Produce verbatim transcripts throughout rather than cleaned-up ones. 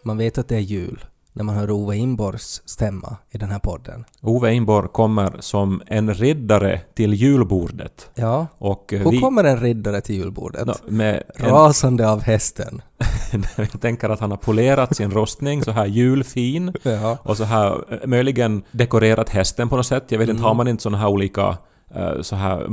Man vet att det är jul när man hör Ove Inborgs stämma i den här podden. Ove Inborg kommer som en riddare till julbordet. Ja, och hur vi... kommer en riddare till julbordet? No, med en... Rasande av hästen. Jag tänker att han har polerat sin rostning så här julfin. Ja. Och så här möjligen dekorerat hästen på något sätt. Jag vet inte, Mm. har man inte såna här olika så här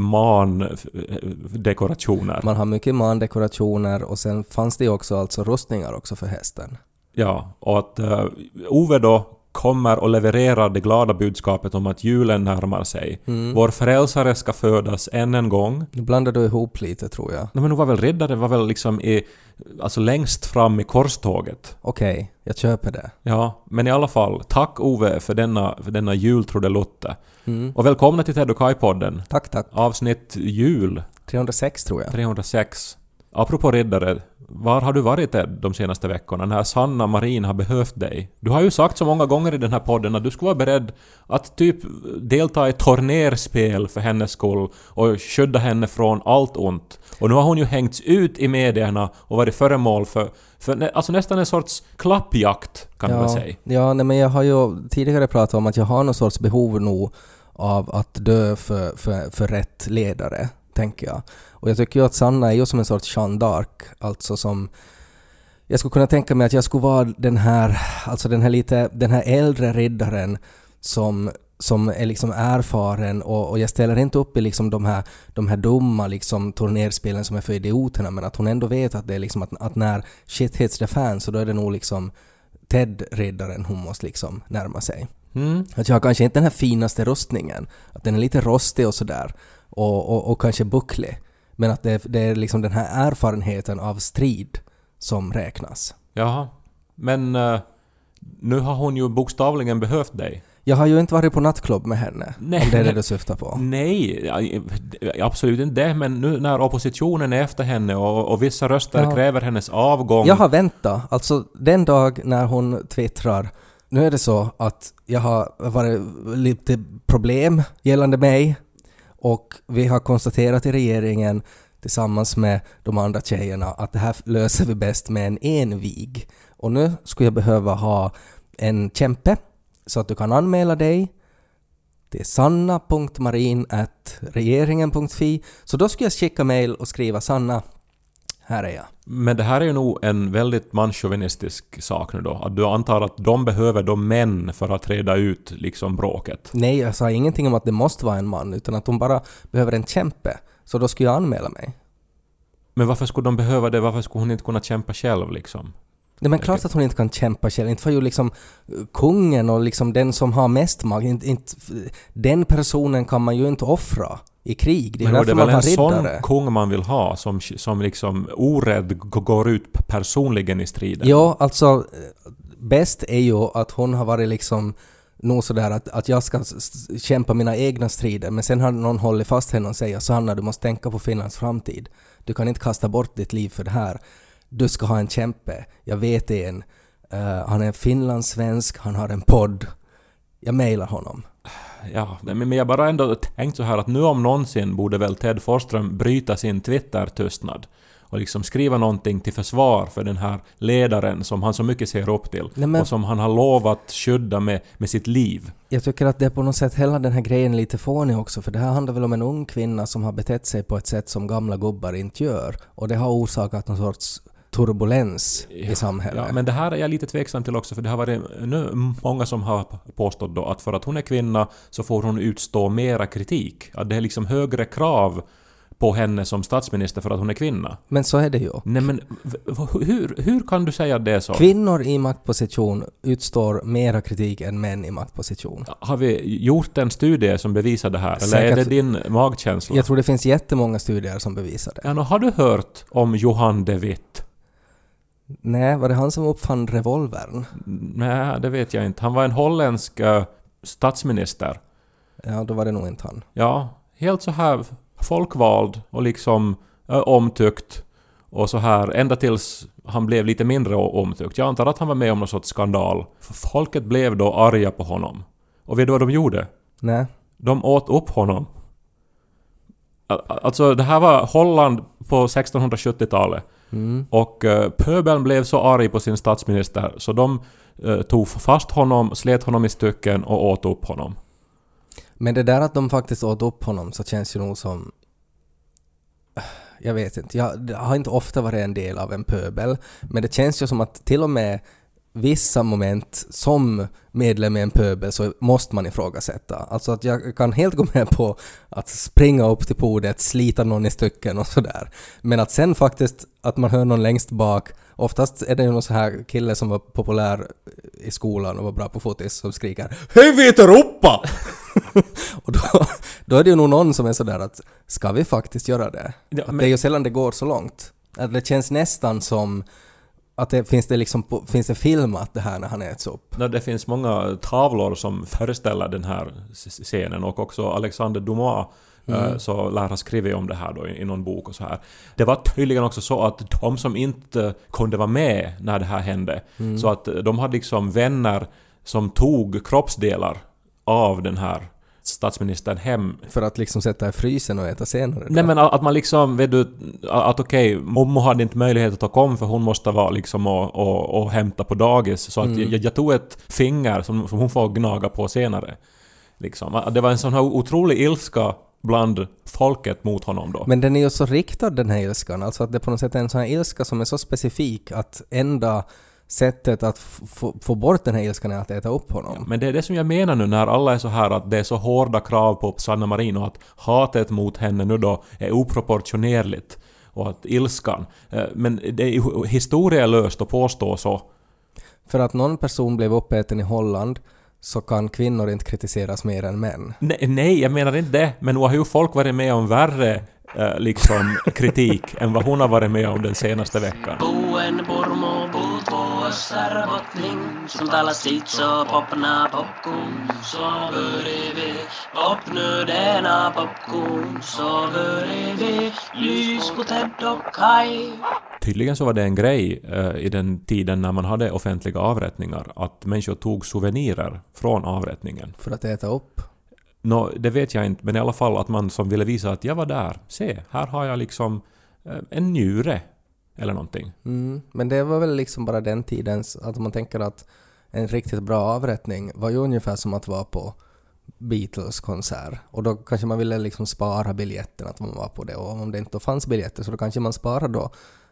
man-dekorationer? Man har mycket man-dekorationer och sen fanns det ju också alltså rostningar också för hästen. Ja, och att uh, Ove då kommer och levererar det glada budskapet om att julen närmar sig. Mm. Vår frälsare ska födas än en gång. Nu blandar du ihop lite, tror jag. Nej, men nu var väl riddare var väl liksom i, alltså längst fram i korståget. Okej, okay, jag köper det. Ja, men i alla fall, tack Ove för denna, för denna jultrodelotte. Mm. Och välkomna till Ted och Kai-podden. Tack, tack. Avsnitt jul. trehundrasex tror jag. trehundrasex. Apropå riddare, var har du varit Ted de senaste veckorna när Sanna Marin har behövt dig? Du har ju sagt så många gånger i den här podden att du skulle vara beredd att typ delta i tornerspel för hennes skull och skydda henne från allt ont. Och nu har hon ju hängts ut i medierna och varit föremål för, för alltså nästan en sorts klappjakt kan ja, man säga. Ja, nej, men jag har ju tidigare pratat om att jag har någon sorts behov nog av att dö för, för, för rätt ledare, tänker jag. Och jag tycker ju att Sanna är ju som en sorts Jeanne d'Arc, alltså som jag skulle kunna tänka mig att jag skulle vara den här, alltså den här lite, den här äldre riddaren som, som är liksom erfaren och, och jag ställer inte upp i liksom de här, de här dumma liksom turnerspelen som är för idioterna, men att hon ändå vet att det är liksom att, att när shit hits the fan så då är det nog liksom Ted-riddaren hon måste liksom närma sig. Mm. Att jag har kanske inte den här finaste rustningen, att den är lite rostig och sådär och, och, och kanske bucklig. Men att det, det är liksom den här erfarenheten av strid som räknas. Jaha. Men uh, nu har hon ju bokstavligen behövt dig. Jag har ju inte varit på nattklubb med henne. Nej. Om det är det du syftar på. Nej, absolut inte det. Men nu när oppositionen är efter henne och, och vissa röster ja. kräver hennes avgång. Jag har väntat. Alltså den dag när hon twittrar. Nu är det så att jag har varit lite problem gällande mig. Och vi har konstaterat i regeringen tillsammans med de andra tjejerna att det här löser vi bäst med en envig. Och nu skulle jag behöva ha en kämpe så att du kan anmäla dig. Det är sanna punkt marin at regeringen punkt fi. Så då skulle jag skicka mejl och skriva Sanna, här är jag. Men det här är ju nog en väldigt manchauvinistisk sak nu då. Att du antar att de behöver de män för att reda ut liksom bråket. Nej, jag sa ingenting om att det måste vara en man utan att de bara behöver en kämpe. Så då skulle jag anmäla mig. Men varför skulle de behöva det? Varför skulle hon inte kunna kämpa själv liksom? Nej, men klart att hon inte kan kämpa själv. Inte för ju liksom kungen och liksom den som har mest makt. Inte, inte, den personen kan man ju inte offra i krig. Det är men därför det är man väl har en riddare. sån kung man vill ha som, som liksom orädd går ut personligen i striden? Ja, alltså bäst är ju att hon har varit liksom nog sådär att, att jag ska kämpa mina egna strider. Men sen har någon hållit fast henne och säger Sanna, du måste tänka på Finlands framtid. Du kan inte kasta bort ditt liv för det här. Du ska ha en kämpe. Jag vet en. Uh, han är finlandssvensk. Han har en podd. Jag mejlar honom. Ja, men jag bara ändå tänkt så här att nu om någonsin borde väl Ted Forsström bryta sin Twitter-tystnad och liksom skriva någonting till försvar för den här ledaren som han så mycket ser upp till. Nej, men och som han har lovat skydda med, med sitt liv. Jag tycker att det är på något sätt hela den här grejen lite fånig också, för det här handlar väl om en ung kvinna som har betett sig på ett sätt som gamla gubbar inte gör, och det har orsakat någon sorts turbulens ja, i samhället. Ja, men det här är jag lite tveksam till också, för det har varit nu många som har påstått då att för att hon är kvinna så får hon utstå mera kritik. Att det är liksom högre krav på henne som statsminister för att hon är kvinna. Men så är det ju. Nej, men hur, hur kan du säga det så? Kvinnor i maktposition utstår mera kritik än män i maktposition. Har vi gjort en studie som bevisar det här? Säkert. Eller är det din magkänsla? Jag tror det finns jättemånga studier som bevisar det. Ja, har du hört om Johan de Witt? Nej, var det han som uppfann revolvern? Nej, det vet jag inte. Han var en holländsk uh, statsminister. Ja, då var det nog inte han. Ja, helt så här folkvald och liksom uh, omtyckt och så här ända tills han blev lite mindre omtyckt. Jag antar att han var med om någon sorts skandal. Folket blev då arga på honom. Och vet du vad de gjorde? Nej. De åt upp honom. Alltså det här var Holland på sextonhundrasjuttiotalet. Mm. Och uh, pöbeln blev så arg på sin statsminister så de uh, tog fast honom, slet honom i stycken och åt upp honom. Men det där att de faktiskt åt upp honom så känns ju nog som... Jag vet inte, jag har inte ofta varit en del av en pöbel, men det känns ju som att till och med vissa moment som medlem i en pöbel så måste man ifrågasätta. Alltså att jag kan helt gå med på att springa upp till podiet, slita någon i stycken och sådär. Men att sen faktiskt att man hör någon längst bak, oftast är det ju någon så här kille som var populär i skolan och var bra på fotis som skriker "Hej vi heter Europa!" och då, då är det ju nog någon som är sådär att ska vi faktiskt göra det? Ja, men... Det är ju sällan det går så långt. Att det känns nästan som att det finns det liksom på, finns det filmat det här när han äts upp. Ja, det finns många tavlor som föreställer den här scenen och också Alexander Dumas mm. så lär ha skrivit om det här då i, i någon bok och så här. Det var tydligen också så att de som inte kunde vara med när det här hände mm. så att de hade liksom vänner som tog kroppsdelar av den här statsministern hem. För att liksom sätta i frysen och äta senare då. Nej men att man liksom, vet du, att okej, okay, Momo hade inte möjlighet att ta kom för hon måste vara liksom och, och, och hämta på dagis. Så att mm. jag, jag tog ett finger som, som hon får gnaga på senare. Liksom. Det var en sån här otrolig ilska bland folket mot honom då. Men den är ju så riktad den här ilskan. Alltså att det på något sätt är en sån här ilska som är så specifik att enda sättet att f- få bort den här ilskan är att äta upp honom. Ja, men det är det som jag menar nu när alla är så här att det är så hårda krav på Sanna Marin och att hatet mot henne nu då är oproportionerligt och att ilskan. Men det är ju historielöst att påstå så. För att någon person blev uppäten i Holland så kan kvinnor inte kritiseras mer än män. Nej, nej jag menar inte det. Men nu har ju folk varit med om värre eh, liksom kritik än vad hon har varit med om den senaste veckan. Sarvotling som talar sitt så popna popcorn så börjar vi popnu denna popcorn så börjar vi lys på Ted och Kai. Tydligen så var det en grej eh, i den tiden när man hade offentliga avrättningar att människor tog souvenirer från avrättningen. För att äta upp? Nå, det vet jag inte, men i alla fall att man som ville visa att jag var där. Se, här har jag liksom eh, en njure. Eller någonting. Mm, men det var väl liksom bara den tiden att man tänker att en riktigt bra avrättning var ju ungefär som att vara på Beatles-konsert. Och då kanske man ville liksom spara biljetten att man var på det. Och om det inte fanns biljetter så då kanske man sparar då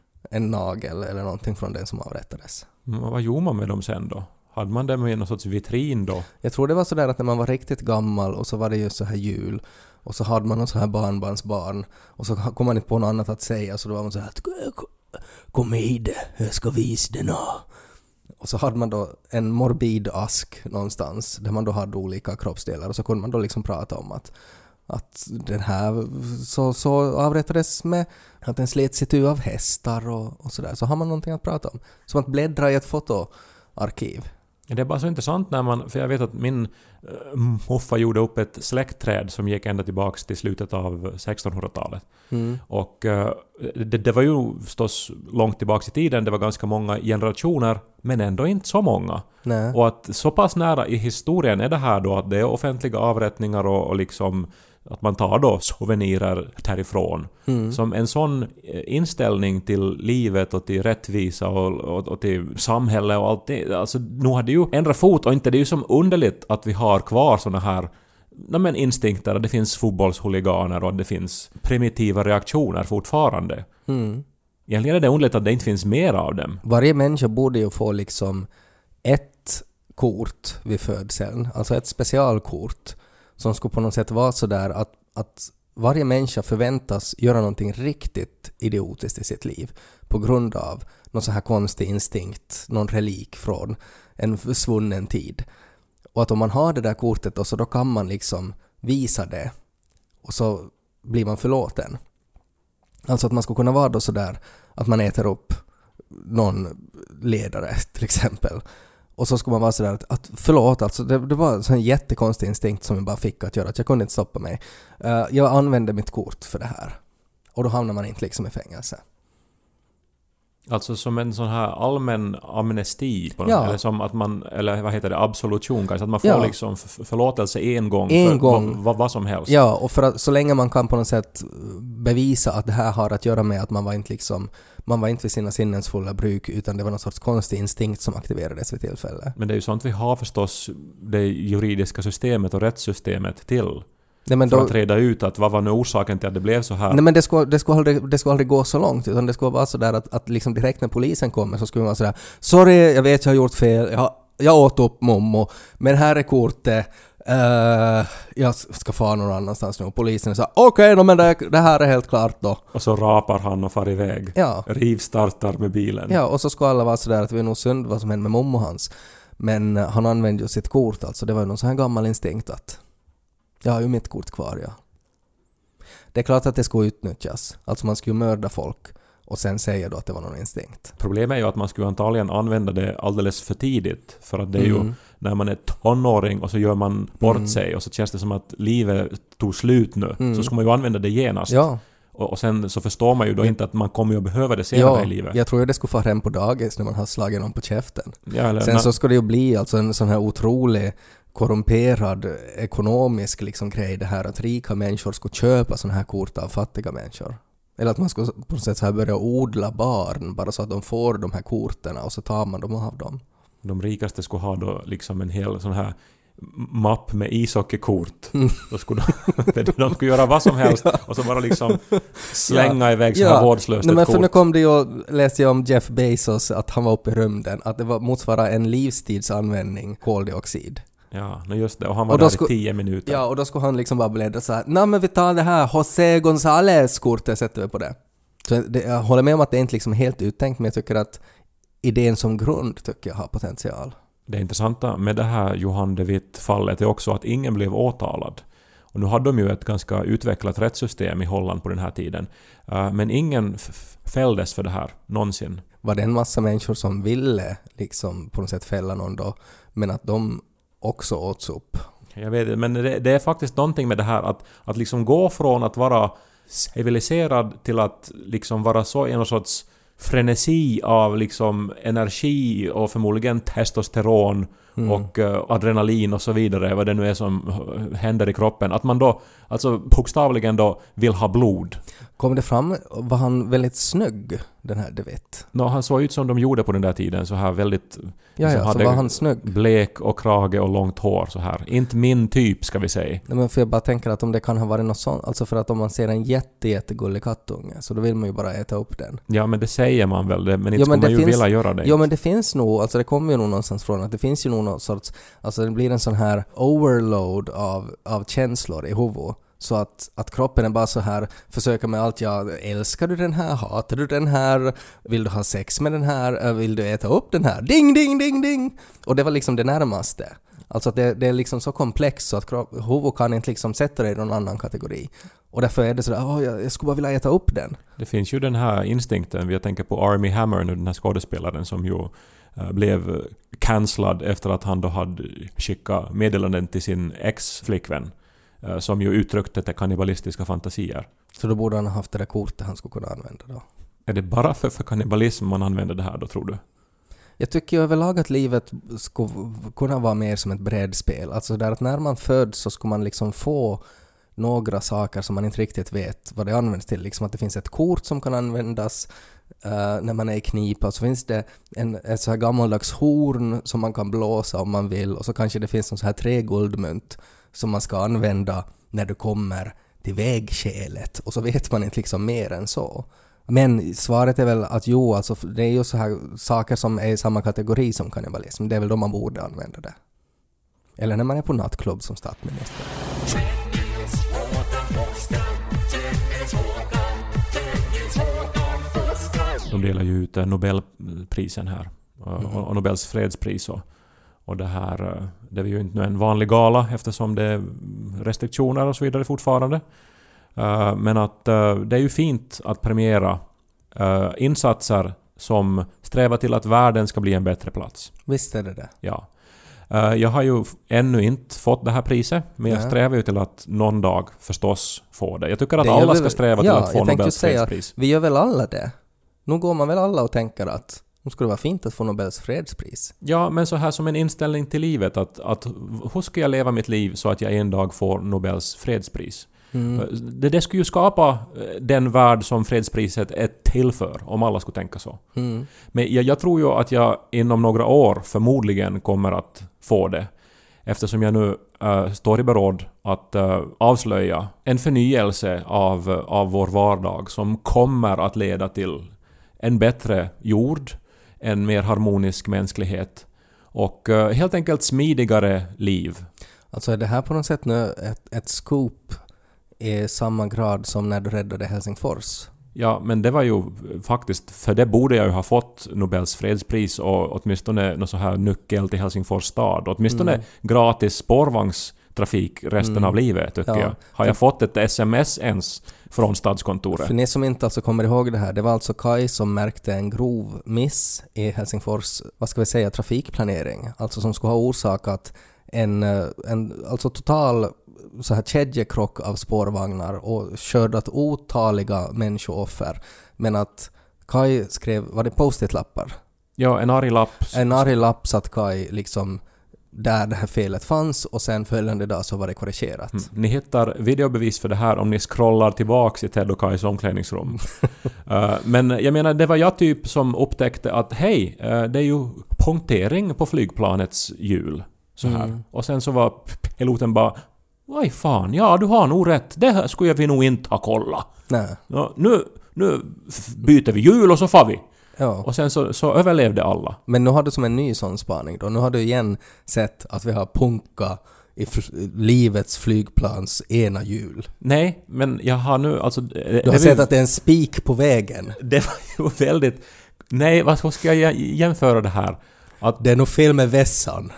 en nagel eller någonting från den som avrättades. Men vad gjorde man med dem sen då? Hade man dem i någon sorts vitrin då? Jag tror det var så där att när man var riktigt gammal och så var det ju så här jul och så hade man någon så här barnbarnsbarn och så kom man inte på något annat att säga så då var man så här att kom med, jag ska visa den. Och så hade man då en morbid ask någonstans där man då hade olika kroppsdelar och så kunde man då liksom prata om att, att den här så, så avrättades med att den slets itu av hästar och, och sådär. Så har man någonting att prata om. Som att bläddra i ett fotoarkiv. Det är bara så intressant när man, för jag vet att min äh, moffa gjorde upp ett släktträd som gick ända tillbaks till slutet av sextonhundratalet. Mm. Och äh, det, det var ju förstås långt tillbaks i tiden, det var ganska många generationer, men ändå inte så många. Nej. Och att så pass nära i historien är det här då att det är offentliga avrättningar och, och liksom att man tar då souvenirer därifrån. Mm. Som en sån inställning till livet och till rättvisa och, och, och till samhälle och allt det. Alltså nu har det ju ändrat fot och inte det är ju som underligt att vi har kvar såna här nej men instinkter. Det finns fotbollshuliganer och det finns primitiva reaktioner fortfarande. Mm. Egentligen är det underligt att det inte finns mer av dem. Varje människa borde ju få liksom ett kort vid födseln. Alltså ett specialkort. Som skulle på något sätt vara så där att, att varje människa förväntas göra någonting riktigt idiotiskt i sitt liv på grund av någon så här konstig instinkt, någon relik från en svunnen tid. Och att om man har det där kortet då, så då kan man liksom visa det och så blir man förlåten. Alltså att man skulle kunna vara då så där att man äter upp någon ledare till exempel. Och så skulle man vara sådär att, att förlåt, alltså det, det var en sån jättekonstig instinkt som jag bara fick att göra, att jag kunde inte stoppa mig. Uh, jag använde mitt kort för det här. Och då hamnar man inte liksom i fängelse. Alltså som en sån här allmän amnesti på något, ja. Eller som att man, eller vad heter det, absolution kanske, att man får ja. liksom förlåtelse en gång en för gång. Vad, vad, vad som helst. Ja, och för att så länge man kan på något sätt bevisa att det här har att göra med att man var inte liksom man var inte vid sina sinnens fulla bruk, utan det var någon sorts konstig instinkt som aktiverades vid tillfälle. Men det är ju sånt vi har förstås det juridiska systemet och rättssystemet till. Nej, men för då, att reda ut att vad var nu orsaken till att det blev så här. Nej, men det skulle, det skulle, aldrig, det skulle aldrig gå så långt, utan det skulle vara så där att, att liksom direkt när polisen kommer så skulle man vara sådär: sorry, jag vet jag har gjort fel, jag, har, jag åt upp mommo, men här är kortet, uh, jag ska fara någon annanstans nu. Och polisen sa okej, okay, men det, det här är helt klart då. Och så rapar han och far iväg. Ja. Rivstartar med bilen. Ja, och så skulle alla vara sådär att vi är nog synd vad som hände med mommo hans. Men han använde ju sitt kort, alltså det var ju någon sån här gammal instinkt att jag har ju mitt kort kvar, ja. Det är klart att det skulle utnyttjas. Alltså man skulle mörda folk och sen säga då att det var någon instinkt. Problemet är ju att man skulle antagligen använda det alldeles för tidigt. För att det är Mm. ju när man är tonåring och så gör man bort Mm. sig och så känns det som att livet tog slut nu. Mm. Så ska man ju använda det genast. Ja. Och, och sen så förstår man ju då inte att man kommer ju att behöva det senare Ja, i livet. jag tror ju det skulle få hem på dagis när man har slagit någon på käften. Ja, eller, Sen na- så ska det ju bli alltså en sån här otrolig korrumperad ekonomisk liksom grej, det här att rika människor ska köpa såna här kort av fattiga människor. Eller att man ska på något sätt så här börja odla barn bara så att de får de här korten och så tar man dem av dem. de rikaste skulle ha då liksom en hel sån här mapp med ishockeykort. Mm. Då skulle de, de skulle göra vad som helst och så bara liksom slänga Ja. iväg så här Ja. vårdslöst Nej, ett men för kort. nu kom det ju, läste jag om Jeff Bezos att han var uppe i rymden, att det var motsvara en livstidsanvändning koldioxid. Ja, no just det. Och han var Och då där sku- i tio minuter. Ja, och då skulle han liksom bara bläddra så här: nej men vi tar det här José González-kortet, sätter vi på det. Så det, jag håller med om att det är inte liksom helt uttänkt, men jag tycker att idén som grund tycker jag har potential. Det intressanta med det här Johan de Witt-fallet är också att ingen blev åtalad. Och nu hade de ju ett ganska utvecklat rättssystem i Holland på den här tiden. Uh, men ingen f- fälldes för det här någonsin. Var det en massa människor som ville liksom på något sätt fälla någon då, men att de också åts upp? Jag vet, men det, det är faktiskt någonting med det här att, att liksom gå från att vara civiliserad till att liksom vara så i någon sorts frenesi av liksom energi och förmodligen testosteron Mm. och uh, adrenalin och så vidare, vad det nu är som händer i kroppen. Att man då, alltså bokstavligen då, vill ha blod. Kom det fram, var han väldigt snygg, den här de Witt? No, han såg ut som de gjorde på den där tiden, så här väldigt... Ja, så ja, så hade var han snygg. blek och krage och långt hår så här. Inte min typ, ska vi säga. Nej, men för jag bara tänker att om det kan ha varit något sånt, alltså för att om man ser en jätte, jättegullig kattunge så då vill man ju bara äta upp den. Ja, men det säger man väl, det, men inte Ja, ska men man det ju finns- vilja göra det. Ja, men det finns nog, alltså det kommer ju nog någonstans från att det finns ju nog någon sorts, alltså det blir en sån här overload av, av känslor i huvudet. Så att, att kroppen är bara så här, försöker med allt, ja, älskar du den här, hatar du den här, vill du ha sex med den här, vill du äta upp den här, ding, ding, ding, ding. Och det var liksom det närmaste. Alltså att det, det är liksom så komplext så att kropp, huvudet kan inte liksom sätta det i någon annan kategori. Och därför är det sådär, åh, jag, jag skulle bara vilja äta upp den. Det finns ju den här instinkten, jag tänker på Armie Hammer nu, den här skådespelaren som ju uh, blev cancellad efter att han då hade skickat meddelanden till sin ex-flickvän uh, som ju uttryckte till kannibalistiska fantasier. Så då borde han ha haft det där kortet han skulle kunna använda då. Är det bara för, för kannibalism man använder det här då, tror du? Jag tycker ju överlag att livet skulle kunna vara mer som ett brädspel. Alltså där att när man föds så ska man liksom få några saker som man inte riktigt vet vad det används till. Liksom att det finns ett kort som kan användas uh, när man är i knipa. Så finns det en, ett så här gammaldags horn som man kan blåsa om man vill. Och så kanske det finns en så här tre guldmynt som man ska använda när du kommer till vägskälet. Och så vet man inte liksom mer än så. Men svaret är väl att jo, alltså det är ju så här saker som är i samma kategori som kannibalism. Det är väl då man borde använda det. Eller när man är på nattklubb som statsminister. De delar ju ut Nobelprisen här. Och, Mm. och Nobels fredspris. Och, och det här, det är ju inte en vanlig gala eftersom det är restriktioner och så vidare fortfarande. Uh, men att uh, det är ju fint att premiera uh, insatser som strävar till att världen ska bli en bättre plats. Visst är det det. Ja. Uh, jag har ju ännu inte fått det här priset, men jag Ja. strävar ju till att någon dag förstås få det. Jag tycker att Det gör alla vi ska väl- sträva ja, till att få jag tänkte Nobels säga- fredspris. Vi gör väl alla det? Nu går man väl alla och tänker att nu skulle det vara fint att få Nobels fredspris. Ja, men så här som en inställning till livet, att, att hur ska jag leva mitt liv så att jag en dag får Nobels fredspris? Mm. Det, det skulle ju skapa den värld som fredspriset är till för, om alla skulle tänka så. Mm. Men jag, jag tror ju att jag inom några år förmodligen kommer att få det. Eftersom jag nu äh, står i beråd att äh, avslöja en förnyelse av, av vår vardag som kommer att leda till en bättre jord, en mer harmonisk mänsklighet och äh, helt enkelt smidigare liv. Alltså är det här på något sätt nu ett, ett scoop i samma grad som när du räddade Helsingfors? Ja, men det var ju faktiskt, för det borde jag ju ha fått Nobels fredspris och åtminstone någon så här nyckel till Helsingfors stad. Åtminstone mm. gratis spårvagnstrafik resten mm. av livet, tycker ja. jag. Har jag fått ett sms ens från stadskontoret? För ni som inte alltså kommer ihåg det här, det var alltså Kai som märkte en grov miss i Helsingfors, vad ska vi säga, trafikplanering. Alltså som skulle ha orsakat en, en alltså total så här kedjekrock av spårvagnar och skördat otaliga människooffer. Men att Kai skrev, var det post-it-lappar? Ja, en arg lapp. En arg lapp satt Kai liksom där det här felet fanns och sen följande dag så var det korrigerat. Mm. Ni hittar videobevis för det här om ni scrollar tillbaks i Ted och Kais omklädningsrum. uh, men jag menar, det var jag typ som upptäckte att hej, uh, det är ju punktering på flygplanets hjul. Så här. Mm. Och sen så var piloten bara, vad fan, ja du har nog rätt, det här skulle vi nog inte ha kollat. Nej. Ja, nu, nu byter vi hjul och så far vi. Ja. Och sen så, så överlevde alla. Men nu har du som en ny sån spaning då. Nu har du igen sett att vi har punka i f- livets flygplans ena hjul. Nej, men jag har nu alltså... Du har sett vi, att det är en spik på vägen. Det var ju väldigt... Nej, vad ska jag jämföra det här? Att, det är nog fel med vässan.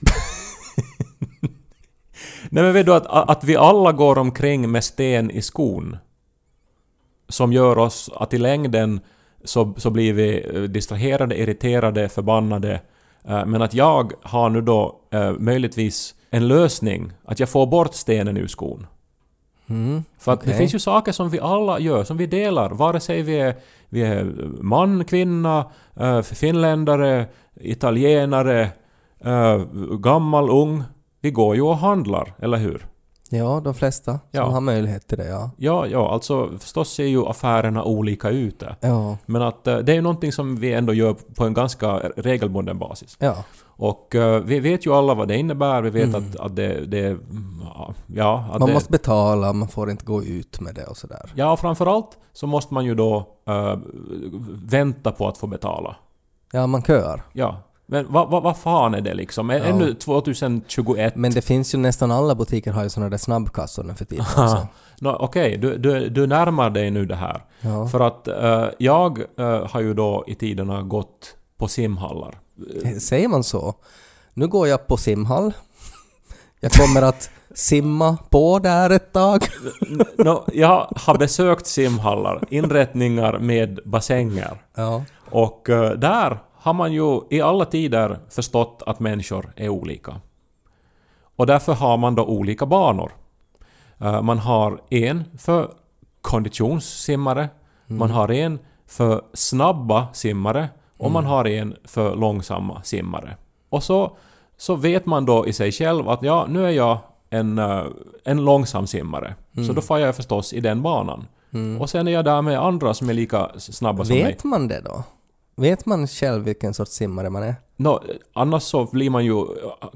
Nej, men vet du att, att vi alla går omkring med sten i skon som gör oss att i längden så, så blir vi distraherade, irriterade, förbannade. Men att jag har nu då eh, möjligtvis en lösning att jag får bort stenen ur skon. Mm, För att okay. det finns ju saker som vi alla gör, som vi delar. Vare sig vi är, vi är man, kvinna, äh, finländare, italienare, äh, gammal, ung. Vi går ju och handlar, eller hur? Ja, de flesta som ja. har möjlighet till det, ja. Ja, ja, alltså förstås ser ju affärerna olika ut. Ja. Men att äh, det är ju någonting som vi ändå gör på en ganska regelbunden basis. Ja. Och uh, vi vet ju alla vad det innebär. Vi vet mm. att, att det... det ja, att man det, måste betala, man får inte gå ut med det och sådär. Ja, och framförallt så måste man ju då uh, vänta på att få betala. Ja, man köar. Ja, men vad va, va fan är det liksom? Ja. Ännu tjugohundratjugoett. Men det finns ju nästan alla butiker har ju sådana där snabbkassor nu för tiden också. No, Okej, okay. du, du, du närmar dig nu det här. Ja. För att uh, jag uh, har ju då i tiderna gått på simhallar. Säger man så? Nu går jag på simhall. Jag kommer att simma på där ett tag. No, jag har besökt simhallar, inrättningar med bassänger. Ja. Och uh, där har man ju i alla tider förstått att människor är olika. Och därför har man då olika banor. Uh, man har en för konditionssimmare, mm. man har en för snabba simmare och mm. man har en för långsamma simmare. Och så, så vet man då i sig själv att ja, nu är jag en, uh, en långsam simmare. Mm. Så då får jag förstås i den banan. Mm. Och sen är jag där med andra som är lika snabba vet som mig. Vet man det då? Vet man själv vilken sorts simmare man är? No, annars så blir man ju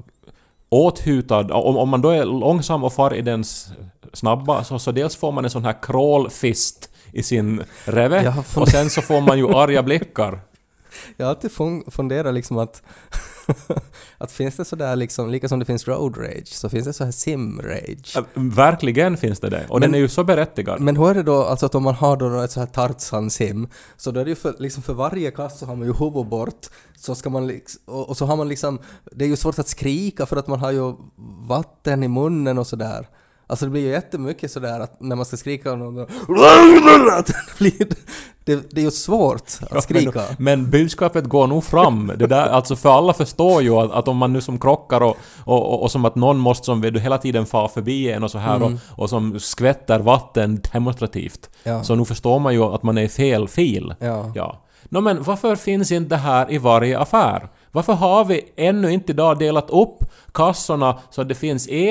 åthutad. Om, om man då är långsam och far i den snabba så, så dels får man en sån här crawlfist i sin reve och sen så får man ju arga blickar. Jag har alltid funderat liksom att att finns det sådär liksom, lika som det finns road rage, så finns det så här sim rage. Äh, verkligen finns det det. Och men, den är ju så berättigad. Men hur är det då, alltså att om man har då ett så här Tarzan-sim, så då är det ju för, liksom för varje kast så har man ju huvud bort, så ska man liksom, och, och så har man liksom, det är ju svårt att skrika för att man har ju vatten i munnen och sådär. Alltså det blir ju jättemycket sådär att när man ska skrika och någon, att det, blir, det, det är ju svårt att ja, skrika. Men, men budskapet går nog fram. Det där, alltså för alla förstår ju att, att om man nu som krockar och, och, och, och som att någon måste som du hela tiden far förbi en och så här mm. och, och som skvätter vatten demonstrativt. Ja. Så nu förstår man ju att man är i fel fil. Ja. Ja. No, men varför finns inte det här i varje affär? Varför har vi ännu inte idag delat upp kassorna så att det finns en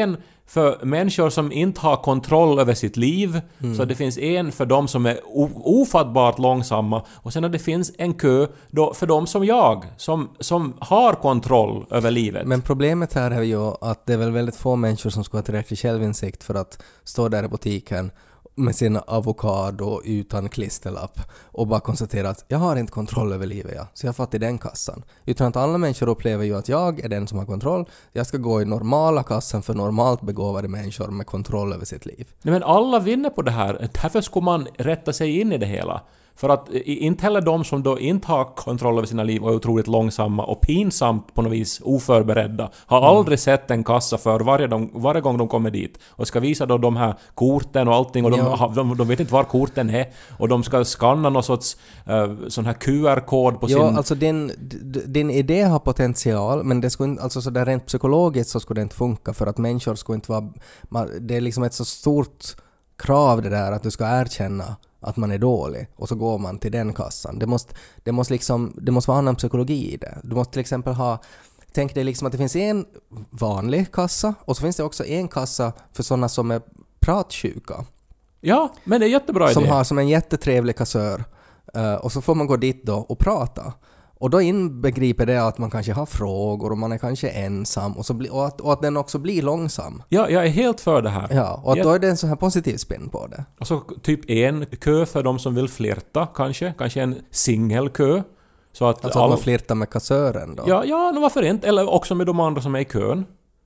för människor som inte har kontroll över sitt liv. Mm. Så det finns en för dem som är ofattbart långsamma. Och sen att det finns en kö då för dem som jag, som, som har kontroll över livet. Men problemet här är ju att det är väl väldigt få människor som ska ha tillräcklig självinsikt för att stå där i butiken med sin avokado utan klisterlapp och bara konstatera att jag har inte kontroll över livet, ja, så jag har fått i den kassan. Utan att alla människor upplever ju att jag är den som har kontroll. Jag ska gå i normala kassan för normalt begåvade människor med kontroll över sitt liv. Nej, men alla vinner på det här. Därför ska man rätta sig in i det hela. För att inte heller de som då inte har kontroll över sina liv och är otroligt långsamma och pinsamt på något vis oförberedda har mm. aldrig sett en kassa för varje, de, varje gång de kommer dit och ska visa då de här korten och allting och de, ja. de, de vet inte var korten är och de ska skanna någon sorts uh, sån här Q R-kod på ja, sin... Ja, alltså din, din idé har potential, men det skulle, alltså så där rent psykologiskt så skulle det inte funka för att människor skulle inte vara... Det är liksom ett så stort krav det där att du ska erkänna att man är dålig och så går man till den kassan. Det måste, det måste, liksom, det måste vara annan psykologi i det. Du måste till exempel ha, tänk dig liksom att det finns en vanlig kassa och så finns det också en kassa för sådana som är pratsjuka. Ja, men det är jättebra som idé. Som har som en jättetrevlig kassör uh, och så får man gå dit då och prata. Och då inbegriper det att man kanske har frågor och man är kanske ensam och, så bli, och, att, och att den också blir långsam. Ja, jag är helt för det här. Ja, och att jag... då är det en sån här positiv spin på det. Och så typ en kö för de som vill flirta kanske. Kanske en singelkö. Så att alltså all... att man flirtar med kassören då? Ja, ja, varför inte? Eller också med de andra som är i kön.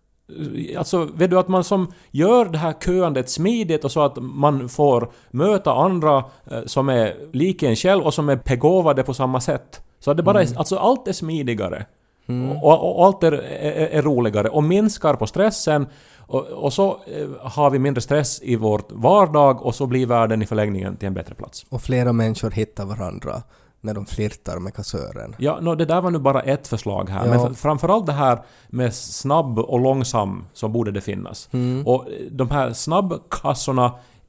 Alltså, vet du att man som gör det här köandet smidigt och så att man får möta andra eh, som är lika en själv och som är begåvade på samma sätt. Så det bara är, mm. alltså allt är smidigare. Mm. Och, och, och allt är, är, är roligare och minskar på stressen och, och så eh, har vi mindre stress i vårt vardag och så blir världen i förlängningen till en bättre plats. Och flera människor hittar varandra när de flirtar med kassören. Ja, no, det där var nu bara ett förslag här. Ja. Men framförallt det här med snabb och långsam så borde det finnas. Mm. Och de här snabbkassorna,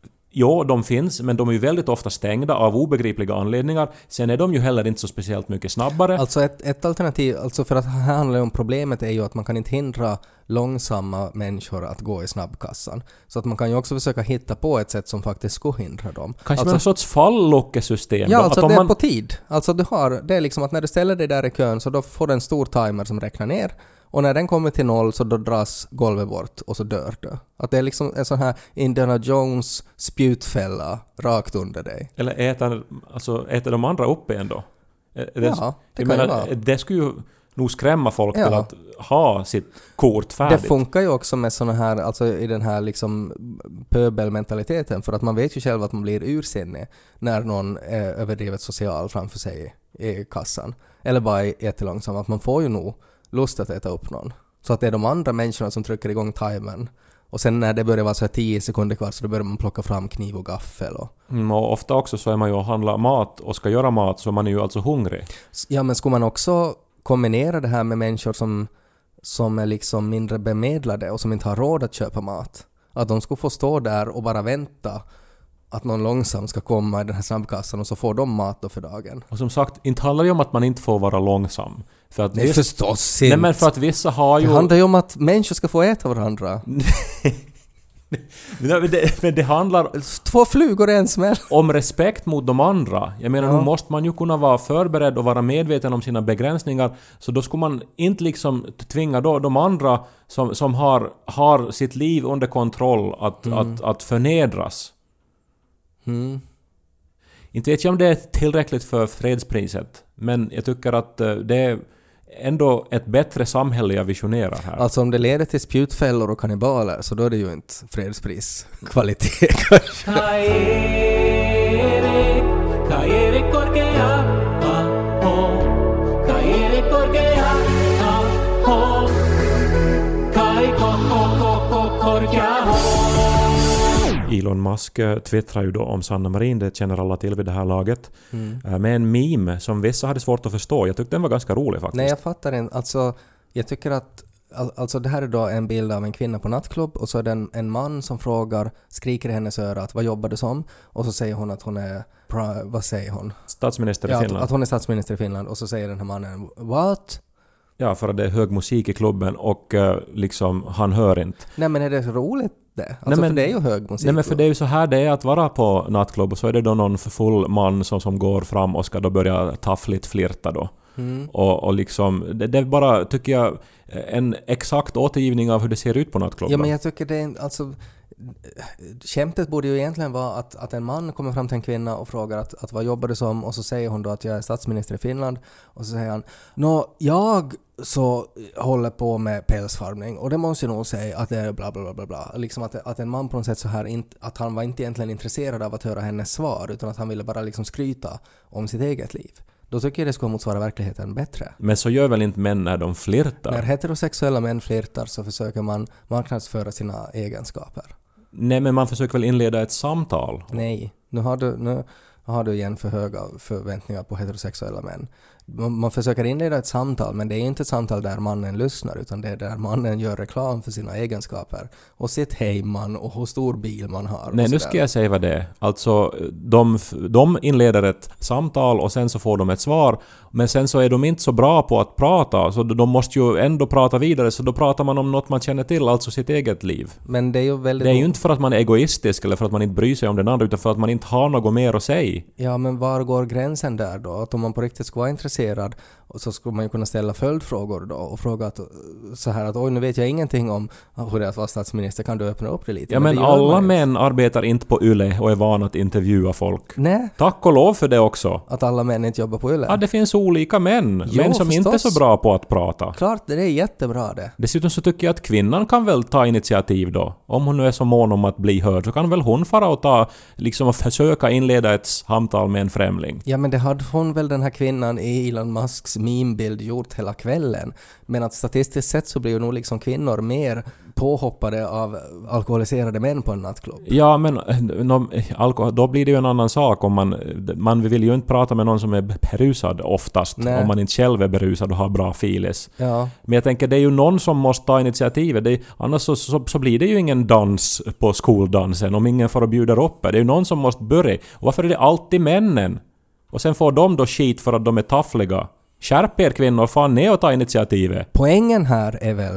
ja, de finns, men de är ju väldigt ofta stängda av obegripliga anledningar. Sen är de ju heller inte så speciellt mycket snabbare. Alltså ett, ett alternativ, alltså för att här handlar det om problemet är ju att man kan inte hindra långsamma människor att gå i snabbkassan. Så att man kan ju också försöka hitta på ett sätt som faktiskt skulle hindra dem. Kanske alltså, med en sorts fallockesystem. Ja, då, alltså att om det man... är på tid. Alltså du har, det är liksom att när du ställer dig där i kön så då får du en stor timer som räknar ner. Och när den kommer till noll så då dras golvet bort och så dör du. Att det är liksom en sån här Indiana Jones spjutfälla rakt under dig. Eller äter, alltså, äter de andra upp igen då? Det, ja, det jag kan menar, ju vara. Det skulle ju nog skrämma folk ja. till att ha sitt kort färdigt. Det funkar ju också med såna här, alltså i den här liksom pöbelmentaliteten, för att man vet ju själv att man blir ursinnig när någon är överdrivet social framför sig i kassan. Eller bara är jättelångsam, att man får ju nog lust att äta upp någon. Så att det är de andra människorna som trycker igång timern. Och sen när det börjar vara så här tio sekunder kvar så då börjar man plocka fram kniv och gaffel. Och... Mm, och ofta också så är man ju och handlar mat och ska göra mat så man är ju alltså hungrig. Ja, men ska man också kombinera det här med människor som, som är liksom mindre bemedlade och som inte har råd att köpa mat? Att de ska få stå där och bara vänta att någon långsam ska komma i den här snabbkassan och så får de mat då för dagen. Och som sagt, inte handlar det om att man inte får vara långsam. För att Nej, viss... förstås inte. Nej, men för att vissa har ju... Det handlar ju om att människor ska få äta varandra. men, det, men det handlar... Två flugor i en smäll. Om respekt mot de andra. Jag menar, ja. Nu måste man ju kunna vara förberedd och vara medveten om sina begränsningar. Så då ska man inte liksom tvinga då de andra som, som har, har sitt liv under kontroll att, mm. att, att förnedras. Mm. Inte vet jag om det är tillräckligt för fredspriset. Men jag tycker att det är ändå ett bättre samhälle jag visionerar här. Alltså om det leder till spjutfällor och kannibaler så då är det ju inte fredspris kvalitet kanske. Elon Musk twittrar ju då om Sanna Marin, det känner alla till vid det här laget, mm. med en meme som vissa hade svårt att förstå. Jag tyckte den var ganska rolig faktiskt. Nej, jag fattar inte. Alltså, jag tycker att all, alltså det här är då en bild av en kvinna på nattklubb och så är det en, en man som frågar, skriker i hennes öra att vad jobbar du som? Och så säger hon att hon är, vad säger hon? Statsminister i ja, Finland. Att, att hon är statsminister i Finland och så säger den här mannen, what? Ja, för att det är hög musik i klubben och uh, liksom han hör inte. Nej, men är det så roligt det? Alltså, nej, men, för det är ju hög musik. Nej, men för det är ju så här det är att vara på nattklubb och så är det då någon full man som, som går fram och ska då börja taffligt flirta då. Mm. Och, och liksom, det, det är bara, tycker jag, en exakt återgivning av hur det ser ut på nattklubben. Ja, men jag tycker det är, alltså, skämtet borde ju egentligen vara att, att en man kommer fram till en kvinna och frågar att, att vad jobbar du som? Och så säger hon då att jag är statsminister i Finland. Och så säger han, nå, jag så håller på med pälsfarmning och det måste jag nog säga att det är bla bla bla bla bla. Liksom att, att en man på något sätt så här, inte, att han var inte egentligen intresserad av att höra hennes svar utan att han ville bara liksom skryta om sitt eget liv. Då tycker jag det ska motsvara verkligheten bättre. Men så gör väl inte män när de flirtar? När heterosexuella män flirtar så försöker man marknadsföra sina egenskaper. Nej, men man försöker väl inleda ett samtal? Nej, nu har du, nu har du igen för höga förväntningar på heterosexuella män. Man, man försöker inleda ett samtal, men det är inte ett samtal där mannen lyssnar, utan det är där mannen gör reklam för sina egenskaper och sitt hemman och hur stor bil man har. Nej, nu ska jag säga vad det är. Alltså, de, de inleder ett samtal och sen så får de ett svar, men sen så är de inte så bra på att prata, så de måste ju ändå prata vidare, så då pratar man om något man känner till, alltså sitt eget liv. Men det är ju väldigt... Det är ju inte för att man är egoistisk eller för att man inte bryr sig om den andra, utan för att man inte har något mer att säga. Ja, men var går gränsen där då? Att om man på riktigt ska vara intresserad så skulle man ju kunna ställa följdfrågor då och fråga att, så här att oj, nu vet jag ingenting om hur det är att vara statsminister, kan du öppna upp det lite? Ja, men, men alla män arbetar inte på Yle och är vana att intervjua folk. Nej. Tack och lov för det också. Att alla män inte jobbar på Yle? Ja, det finns olika män. Jo, män som förstås. inte är så bra på att prata. Klart, det är jättebra det. Dessutom så tycker jag att kvinnan kan väl ta initiativ då. Om hon nu är så mån om att bli hörd så kan väl hon fara och ta, liksom och försöka inleda ett samtal med en främling. Ja, men det hade hon väl, den här kvinnan i Elon Musks meme-bild, gjort hela kvällen. Men att statistiskt sett så blir ju nog liksom kvinnor mer påhoppade av alkoholiserade män på en nattklubb. Ja, men no, alkohol, då blir det ju en annan sak om man, man vill ju inte prata med någon som är berusad oftast. Nej. Om man inte själv är berusad och har bra filis. Ja. Men jag tänker, det är ju någon som måste ta initiativet. Det är, annars så, så, så blir det ju ingen dans på skoldansen om ingen får att bjuda upp. Det är ju någon som måste börja. Och varför är det alltid männen? Och sen får de då skit för att de är taffliga. Skärp er kvinnor, fan ner och ta initiativet. Poängen här är väl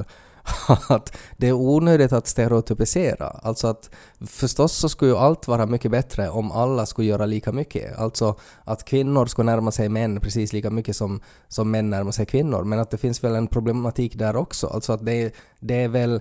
att det är onödigt att stereotypisera. Alltså att förstås så skulle ju allt vara mycket bättre om alla skulle göra lika mycket. Alltså att kvinnor skulle närma sig män precis lika mycket som, som män närmar sig kvinnor. Men att det finns väl en problematik där också. Alltså att det, det är väl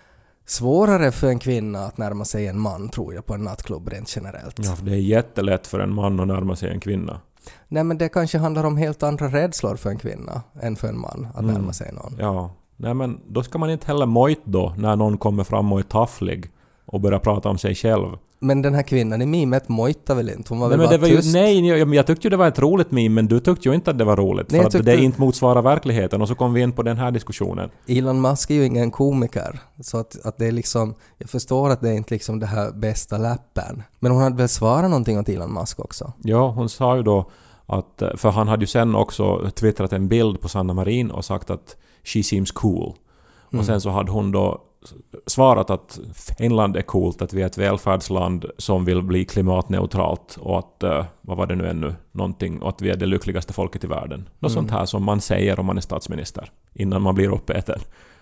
svårare för en kvinna att närma sig en man, tror jag, på en nattklubb rent generellt. Ja, för det är jättelätt för en man att närma sig en kvinna. Nej, men det kanske handlar om helt andra rädslor för en kvinna än för en man att mm. närma sig någon. Ja, nej men då ska man inte heller mojt då när någon kommer fram och är tafflig och börjar prata om sig själv. Men den här kvinnan i mimet mojtade väl inte? Hon var nej, väl men bara det var tyst? Ju, nej, jag, jag tyckte ju det var ett roligt meme, men du tyckte ju inte att det var roligt. Nej, för att tyckte... det inte motsvarar verkligheten. Och så kom vi in på den här diskussionen. Elon Musk är ju ingen komiker. Så att, att det är liksom... Jag förstår att det är inte liksom det här bästa läppen. Men hon hade väl svarat någonting åt Elon Musk också? Ja, hon sa ju då att... För han hade ju sen också twittrat en bild på Sanna Marin och sagt att she seems cool. Mm. Och sen så hade hon då svarat att Finland är coolt, att vi är ett välfärdsland som vill bli klimatneutralt och att, uh, vad var det nu ännu, någonting, och att vi är det lyckligaste folket i världen. Något mm. sånt här som man säger om man är statsminister innan man blir uppäten.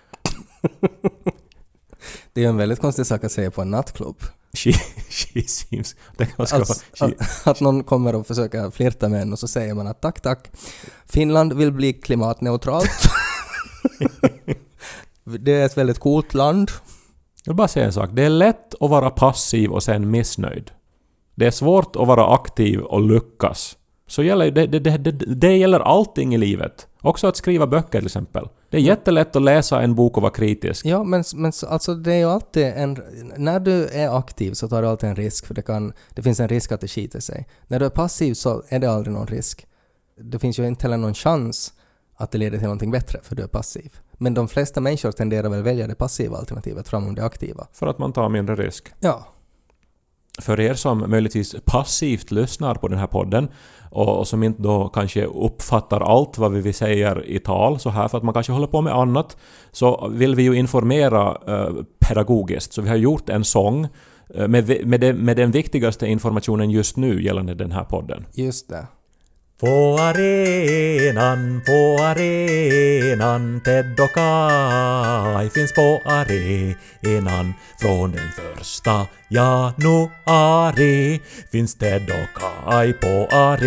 Det är ju en väldigt konstig sak att säga på en nattklubb. She, she seems... Alltså, she. Att, att någon kommer och försöker flirta med en och så säger man att tack, tack. Finland vill bli klimatneutralt. Det är ett väldigt coolt land. Jag vill bara säga en sak. Det är lätt att vara passiv och sen missnöjd. Det är svårt att vara aktiv och lyckas. Så gäller det, det, det, det, det gäller allting i livet. Också att skriva böcker till exempel. Det är jättelätt att läsa en bok och vara kritisk. Ja, men, men alltså det är ju alltid en... När du är aktiv så tar du alltid en risk. För det, kan, det finns en risk att det skiter sig. När du är passiv så är det aldrig någon risk. Det finns ju inte heller någon chans att det leder till någonting bättre för du är passiv. Men de flesta människor tenderar väl välja det passiva alternativet framom det aktiva. För att man tar mindre risk. Ja. För er som möjligtvis passivt lyssnar på den här podden och, och som inte då kanske uppfattar allt vad vi säger i tal så här för att man kanske håller på med annat, så vill vi ju informera eh, pedagogiskt. Så vi har gjort en sång eh, med, med, det, med den viktigaste informationen just nu gällande den här podden. Just det. På arenan, på arenan, Ted och Kai finns på arenan. Från den första januari finns Ted och Kai på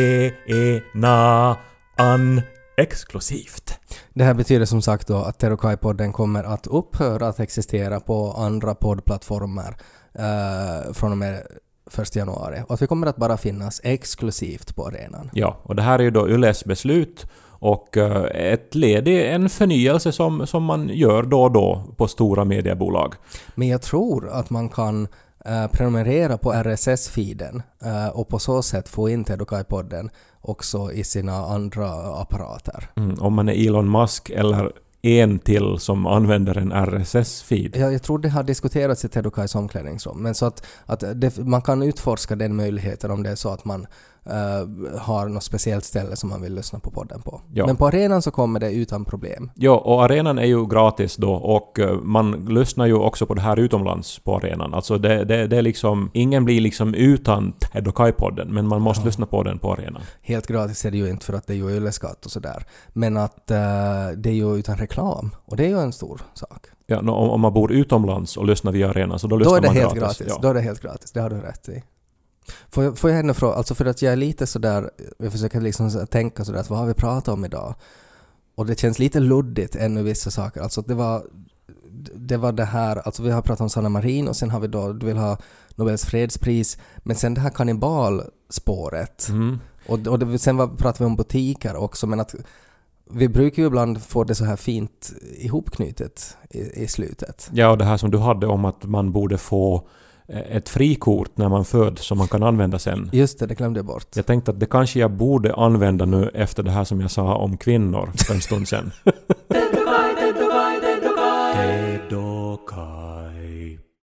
arenan. Exklusivt. Det här betyder som sagt då att Ted och Kai-podden kommer att upphöra att existera på andra poddplattformar eh, från och med första januari. Och att vi kommer att bara finnas exklusivt på arenan. Ja, och det här är ju då Yles beslut och uh, ett led i en förnyelse som, som man gör då och då på stora mediebolag. Men jag tror att man kan uh, prenumerera på R S S-feeden uh, och på så sätt få in Ted och Kai-podden också i sina andra apparater. Mm, om man är Elon Musk eller en till som använder en R S S-feed. Ja, jag tror det har diskuterats i Ted och Kais omklädningsrum. Men så att, att det, man kan utforska den möjligheten om det är så att man uh, har något speciellt ställe som man vill lyssna på podden på. Ja. Men på arenan så kommer det utan problem. Ja, och arenan är ju gratis då och uh, man lyssnar ju också på det här utomlands på arenan. Alltså det, det, det är liksom, ingen blir liksom utan Ted och Kai-podden, men man måste ja. lyssna på den på arenan. Helt gratis är det ju inte för att det är ju ylleskatt och sådär. Men att uh, det är ju utan reklam. Och det är ju en stor sak. Ja, no, om man bor utomlands och lyssnar via arenan så då lyssnar då är det man helt gratis. gratis. Ja. Då är det helt gratis. Det har du rätt i. Får jag, får jag ändå fråga, alltså för att jag är lite sådär, jag försöker liksom tänka sådär att vad har vi pratat om idag? Och det känns lite luddigt ännu vissa saker. Alltså det var det var det här, alltså vi har pratat om Sanna Marin och sen har vi då, du vill ha Nobels fredspris, men sen det här kannibalspåret. Mm. Och, och det, sen var, pratade vi om butiker också, men att vi brukar ju ibland få det så här fint ihopknutet i, i slutet. Ja, och det här som du hade om att man borde få ett frikort när man föds som man kan använda sen. Just det, det glömde jag bort. Jag tänkte att det kanske jag borde använda nu efter det här som jag sa om kvinnor för en stund sen.